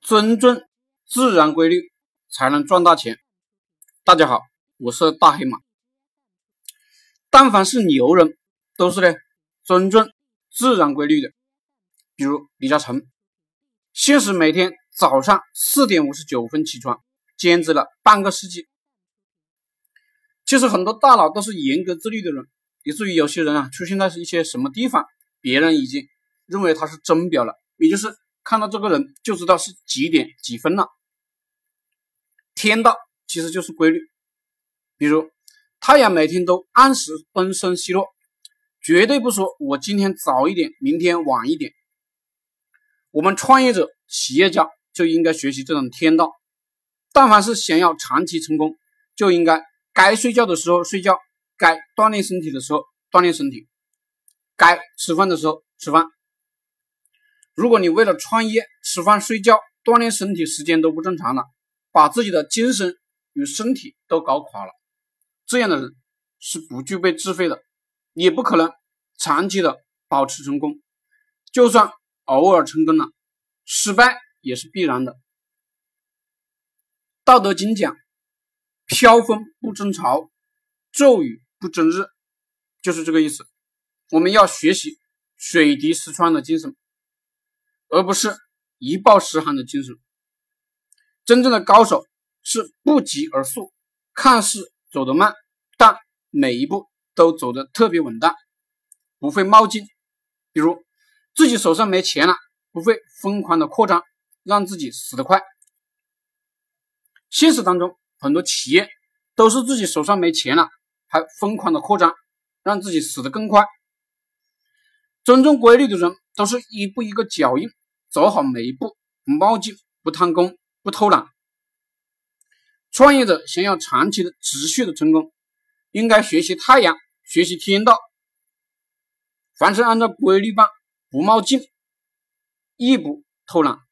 尊重自然规律才能赚大钱。大家好，我是大黑马。但凡是牛人都是尊重自然规律的。比如李嘉诚，现实每天早上4点59分起床，坚持了半个世纪。其实很多大佬都是严格自律的人，以至于有些人出现在一些什么地方，别人已经认为他是钟表了，也就是看到这个人就知道是几点几分了。天道其实就是规律，比如太阳每天都按时东升西落，绝对不说我今天早一点，明天晚一点。我们创业者、企业家就应该学习这种天道。但凡是想要长期成功，就应该睡觉的时候睡觉，该锻炼身体的时候锻炼身体，该吃饭的时候吃饭。如果你为了创业吃饭睡觉锻炼身体时间都不正常了，把自己的精神与身体都搞垮了，这样的人是不具备智慧的，也不可能长期的保持成功。就算偶尔成功了，失败也是必然的。道德经讲，飘风不争潮，骤雨不争日，就是这个意思。我们要学习水滴石穿的精神，而不是一暴十寒的精神。真正的高手是不急而速，看似走得慢，但每一步都走得特别稳当，不会冒进。比如自己手上没钱了，不会疯狂的扩张，让自己死得快。现实当中很多企业都是自己手上没钱了，还疯狂的扩张，让自己死得更快。尊重规律的人都是一步一个脚印，走好每一步，不冒进，不贪功，不偷懒。创业者想要长期的持续的成功，应该学习太阳，学习天道。凡是按照规律办，不冒进，亦不偷懒。